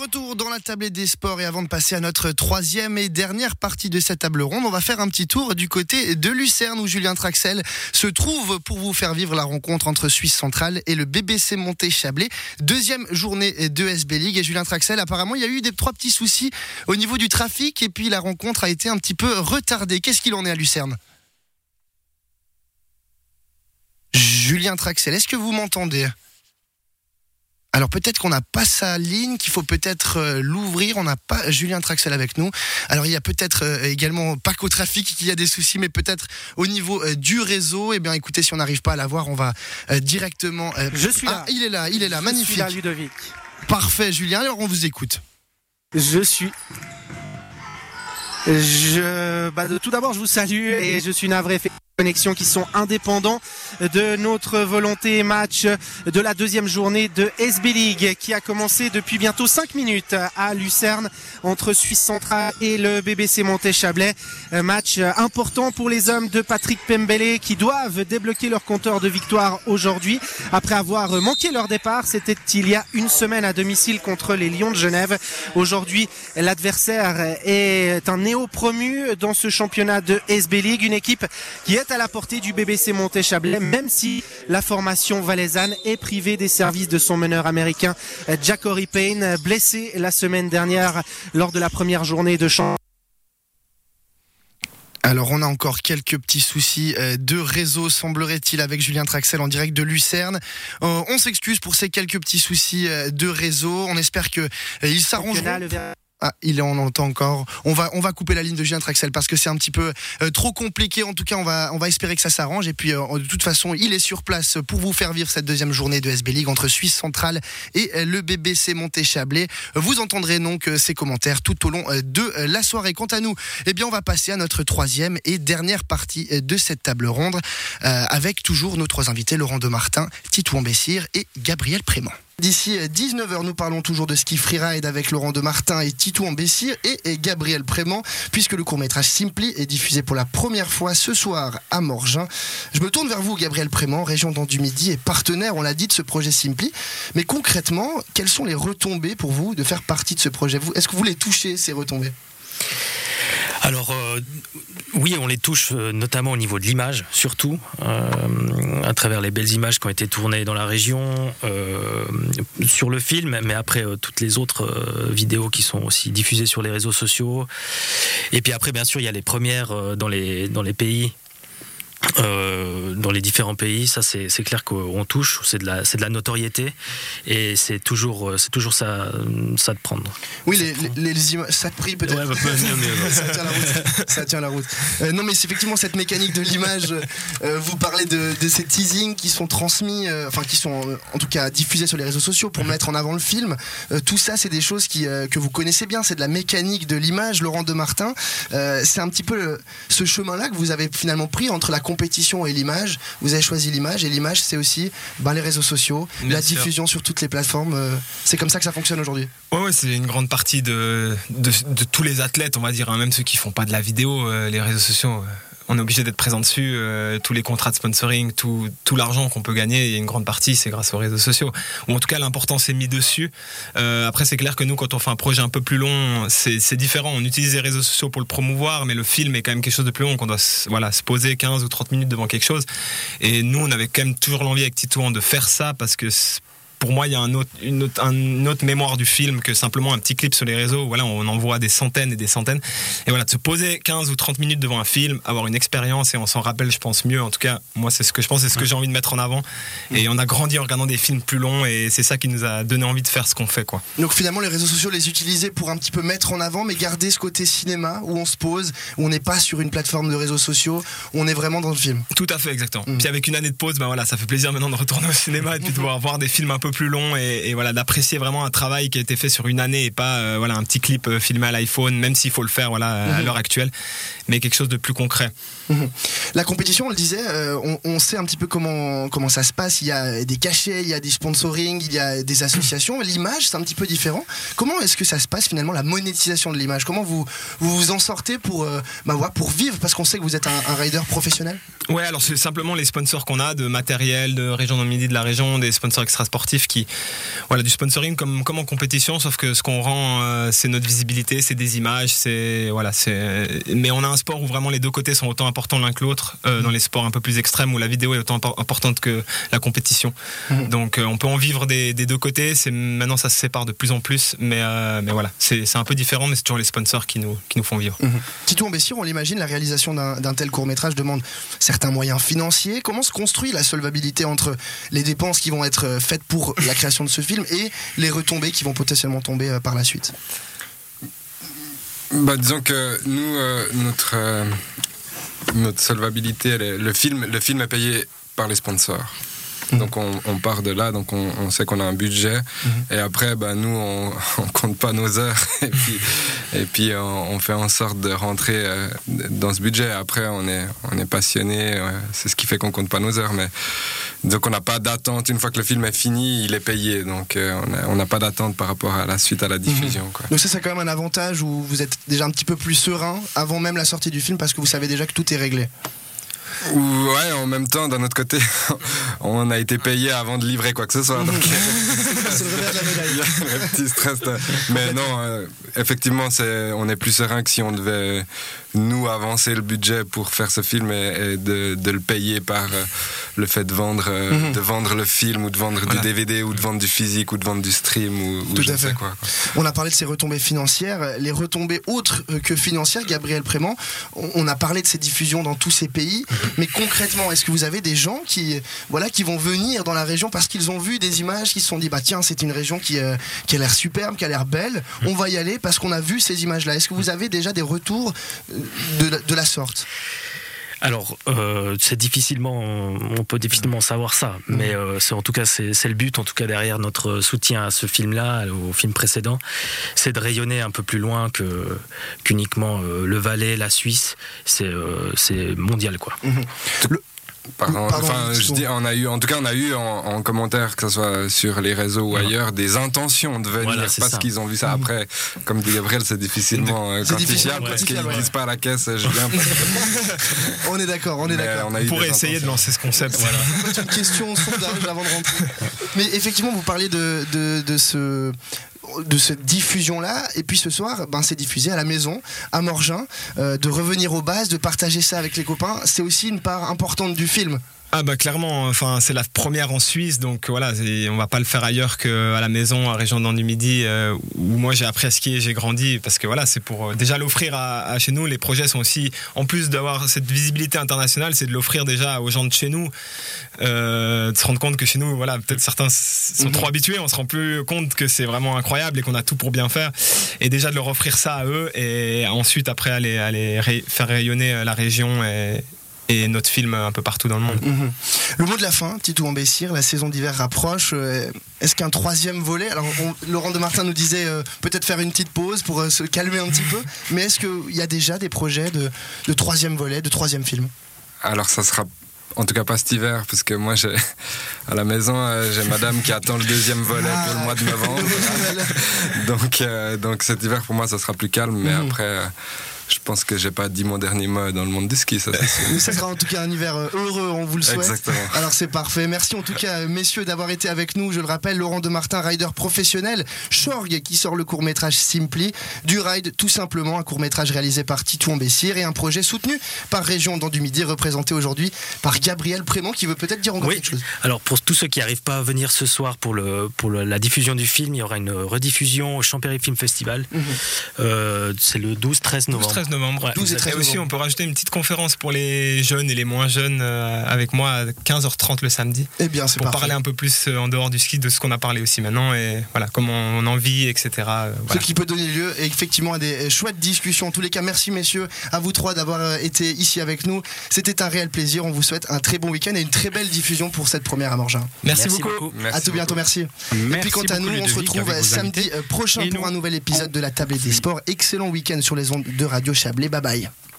retour dans la tablette des sports et avant de passer à notre troisième et dernière partie de cette table ronde, on va faire un petit tour du côté de Lucerne où Julien Traxel se trouve pour vous faire vivre la rencontre entre Suisse Centrale et le BBC Montet-Chablais. Deuxième journée de SB League et Julien Traxel, apparemment il y a eu trois petits soucis au niveau du trafic et puis la rencontre a été un petit peu retardée. Qu'est-ce qu'il en est à Lucerne ? Julien Traxel, est-ce que vous m'entendez ? Alors peut-être qu'on n'a pas sa ligne, qu'il faut peut-être l'ouvrir. On n'a pas Julien Traxel avec nous. Alors il y a peut-être également, pas qu'au trafic qu'il y a des soucis, mais peut-être au niveau du réseau. Eh bien écoutez, si on n'arrive pas à l'avoir, on va directement... Je suis là. Ah, il est là, magnifique. Je suis là, Ludovic. Parfait, Julien. Alors on vous écoute. Tout d'abord, je vous salue et je suis navré. Connexions qui sont indépendants de notre volonté match de la deuxième journée de SB League qui a commencé depuis bientôt 5 minutes à Lucerne entre Suisse Centrale et le BBC Montet-Chablais. Match important pour les hommes de Patrick Pembele qui doivent débloquer leur compteur de victoire aujourd'hui après avoir manqué leur départ. C'était il y a une semaine à domicile contre les Lions de Genève. Aujourd'hui, l'adversaire est un néo-promu dans ce championnat de SB League, une équipe qui est à la portée du BBC Montet-Chablais, même si la formation valaisanne est privée des services de son meneur américain Jackory Payne, blessé la semaine dernière lors de la première journée de championnat. Alors on a encore quelques petits soucis de réseau, semblerait-il, avec Julien Traxel en direct de Lucerne. On s'excuse pour ces quelques petits soucis de réseau. On espère qu'ils s'arrangeront. Ah, on entend encore. On va couper la ligne de Julien Traxel parce que c'est un petit peu trop compliqué. En tout cas, on va espérer que ça s'arrange. Et puis, de toute façon, il est sur place pour vous faire vivre cette deuxième journée de SB League entre Suisse Centrale et le BBC Montet-Chablais. Vous entendrez donc ses commentaires tout au long de la soirée. Quant à nous, eh bien, on va passer à notre troisième et dernière partie de cette table ronde avec toujours nos trois invités, Laurent Demartin, Titouan Bessire et Gabriel Prémont. D'ici 19h, nous parlons toujours de ski freeride avec Laurent Demartin et Titouan Bessire et Gabriel Prémont, puisque le court-métrage Simply est diffusé pour la première fois ce soir à Morgin. Je me tourne vers vous, Gabriel Prémont, région du Midi et partenaire, on l'a dit, de ce projet Simply. Mais concrètement, quelles sont les retombées pour vous de faire partie de ce projet ? Est-ce que vous les touchez, ces retombées ? Alors oui, on les touche notamment au niveau de l'image, surtout à travers les belles images qui ont été tournées dans la région, sur le film, mais après toutes les autres vidéos qui sont aussi diffusées sur les réseaux sociaux. Et puis après, bien sûr, il y a les premières dans les pays. Dans les différents pays, ça c'est clair qu'on touche, c'est de la notoriété et c'est toujours ça de prendre. Oui, les images, ça te prie peut-être. Ouais, ça tient la route. Non, mais c'est effectivement cette mécanique de l'image. Vous parlez de ces teasings qui sont transmis, qui sont en tout cas diffusés sur les réseaux sociaux pour mettre en avant le film. Tout ça, c'est des choses que vous connaissez bien. C'est de la mécanique de l'image. Laurent Demartin, c'est un petit peu ce chemin-là que vous avez finalement pris entre la compétition et l'image. Vous avez choisi l'image et l'image c'est aussi les réseaux sociaux, bien la sûr. Diffusion sur toutes les plateformes, c'est comme ça que ça fonctionne aujourd'hui. Ouais, c'est une grande partie de tous les athlètes, on va dire, même ceux qui font pas de la vidéo, les réseaux sociaux. On est obligé d'être présent dessus, tous les contrats de sponsoring, tout l'argent qu'on peut gagner, il y a une grande partie, c'est grâce aux réseaux sociaux. Ou en tout cas, l'importance est mise dessus. Après, c'est clair que nous, quand on fait un projet un peu plus long, c'est différent. On utilise les réseaux sociaux pour le promouvoir, mais le film est quand même quelque chose de plus long, qu'on doit se poser 15 ou 30 minutes devant quelque chose. Et nous, on avait quand même toujours l'envie avec Titouan de faire ça, parce que pour moi, il y a une autre mémoire du film que simplement un petit clip sur les réseaux. Voilà, on en voit des centaines et des centaines. Et voilà, de se poser 15 ou 30 minutes devant un film, avoir une expérience et on s'en rappelle, je pense, mieux. En tout cas, moi, c'est ce que je pense, c'est ce que j'ai envie de mettre en avant. Et on a grandi en regardant des films plus longs et c'est ça qui nous a donné envie de faire ce qu'on fait, quoi. Donc finalement, les réseaux sociaux, les utiliser pour un petit peu mettre en avant, mais garder ce côté cinéma où on se pose, où on n'est pas sur une plateforme de réseaux sociaux, où on est vraiment dans le film. Tout à fait, exactement. Puis avec une année de pause, ça fait plaisir maintenant de retourner au cinéma et puis de pouvoir voir des films un peu plus long et voilà, d'apprécier vraiment un travail qui a été fait sur une année et pas un petit clip filmé à l'iPhone, même s'il faut le faire à l'heure actuelle, mais quelque chose de plus concret. La compétition, on le disait, on sait un petit peu comment ça se passe. Il y a des cachets, il y a des sponsoring, il y a des associations. L'image, c'est un petit peu différent. Comment est-ce que ça se passe finalement, la monétisation de l'image ? Comment vous en sortez pour vivre ? Parce qu'on sait que vous êtes un rider professionnel. Ouais, alors c'est simplement les sponsors qu'on a de matériel, de région du Midi, de la région, des sponsors extra-sportifs objectif qui, voilà, du sponsoring comme en compétition, sauf que ce qu'on rend, c'est notre visibilité, c'est des images, mais on a un sport où vraiment les deux côtés sont autant importants l'un que l'autre, dans les sports un peu plus extrêmes où la vidéo est autant importante que la compétition. Donc on peut en vivre des deux côtés. Maintenant ça se sépare de plus en plus, mais voilà, c'est un peu différent, mais c'est toujours les sponsors qui nous font vivre. Titou Ambessir, on l'imagine, la réalisation d'un tel court-métrage demande certains moyens financiers. Comment se construit la solvabilité entre les dépenses qui vont être faites pour la création de ce film et les retombées qui vont potentiellement tomber par la suite? Disons que nous, notre solvabilité, le film est payé par les sponsors. Donc on part de là, donc on sait qu'on a un budget, et après nous on compte pas nos heures et puis on fait en sorte de rentrer dans ce budget. Après on est passionné, c'est ce qui fait qu'on compte pas nos heures, mais donc on n'a pas d'attente. Une fois que le film est fini, il est payé, donc on n'a pas d'attente par rapport à la suite, à la diffusion, quoi. Donc ça, c'est quand même un avantage où vous êtes déjà un petit peu plus serein avant même la sortie du film, parce que vous savez déjà que tout est réglé. Ouais, en même temps, d'un autre côté, on a été payé avant de livrer quoi que ce soit. Donc c'est le revers de la médaille. Il y a un petit stress. Mais non, effectivement, on est plus serein que si on devait nous avancer le budget pour faire ce film et de le payer par le fait de vendre le film, ou de vendre du DVD, ou de vendre du physique, ou de vendre du stream, ou je ne sais quoi. On a parlé de ces retombées financières, les retombées autres que financières. Gabriel Prément, on a parlé de ces diffusions dans tous ces pays, mais concrètement, est-ce que vous avez des gens qui vont venir dans la région parce qu'ils ont vu des images, qui se sont dit tiens, c'est une région qui a l'air superbe, qui a l'air belle, on va y aller parce qu'on a vu ces images-là? Est-ce que vous avez déjà des retours de la sorte? Alors, on peut difficilement savoir ça, mais en tout cas, c'est le but, en tout cas derrière notre soutien à ce film-là, au film précédent, c'est de rayonner un peu plus loin qu'uniquement le Valais, la Suisse. C'est mondial, quoi. On a eu en commentaire, que ce soit sur les réseaux ou ailleurs, des intentions de venir parce qu'ils ont vu ça. Après, comme dit Gabriel, c'est difficilement quantifiable parce qu'ils ne disent pas à la caisse. On est d'accord. On pourrait essayer de lancer ce concept. Voilà. C'est une question sondage avant de rentrer. Mais effectivement, vous parlez de cette diffusion-là, et puis ce soir, c'est diffusé à la maison, à Morgin, de revenir aux bases, de partager ça avec les copains, c'est aussi une part importante du film. Clairement, c'est la première en Suisse, donc voilà, on va pas le faire ailleurs qu'à la maison, à Région du Midi, où moi j'ai appris à skier, j'ai grandi, parce que voilà, c'est pour déjà l'offrir à chez nous. Les projets sont aussi, en plus d'avoir cette visibilité internationale, c'est de l'offrir déjà aux gens de chez nous, de se rendre compte que chez nous, voilà, peut-être certains sont trop habitués, on se rend plus compte que c'est vraiment incroyable et qu'on a tout pour bien faire, et déjà de leur offrir ça à eux, et ensuite après aller faire rayonner la région et notre film un peu partout dans le monde. Le mot de la fin, Titou Ambessir, la saison d'hiver rapproche. Est-ce qu'un troisième volet, alors Laurent Demartin nous disait peut-être faire une petite pause pour se calmer un petit peu, mais est-ce qu'il y a déjà des projets de troisième volet, de troisième film? Alors ça sera en tout cas pas cet hiver, parce que moi à la maison j'ai madame qui attend le deuxième volet pour le mois de novembre. donc cet hiver pour moi ça sera plus calme, mais après je pense que j'ai pas dit mon dernier mot dans le monde du ski, ça c'est sûr. Ça sera en tout cas un hiver heureux, on vous le souhaite. Exactement. Alors c'est parfait. Merci en tout cas messieurs d'avoir été avec nous. Je le rappelle, Laurent Demartin, rider professionnel, Shorg qui sort le court-métrage Simply, du ride tout simplement, un court-métrage réalisé par Titou Ambessir et un projet soutenu par Région du Midi, représenté aujourd'hui par Gabriel Prément, qui veut peut-être dire encore quelque chose. Alors pour tous ceux qui n'arrivent pas à venir ce soir pour la diffusion du film, il y aura une rediffusion au Champéry Film Festival. C'est le 12-13 novembre. 13 novembre. 12 et 13 et aussi, on peut rajouter une petite conférence pour les jeunes et les moins jeunes avec moi à 15h30 le samedi. Eh bien, c'est pour parler un peu plus en dehors du ski de ce qu'on a parlé aussi maintenant, et voilà, comment on en vit, etc. Voilà. Ce qui peut donner lieu effectivement à des chouettes discussions. En tous les cas, merci messieurs, à vous trois d'avoir été ici avec nous. C'était un réel plaisir. On vous souhaite un très bon week-end et une très belle diffusion pour cette première à Morgin. Merci beaucoup. À tout bientôt, merci. Et puis quant à nous, on se retrouve samedi prochain pour un nouvel épisode de la Table des Sports. Excellent week-end sur les ondes de Radio Chablais. Bye bye.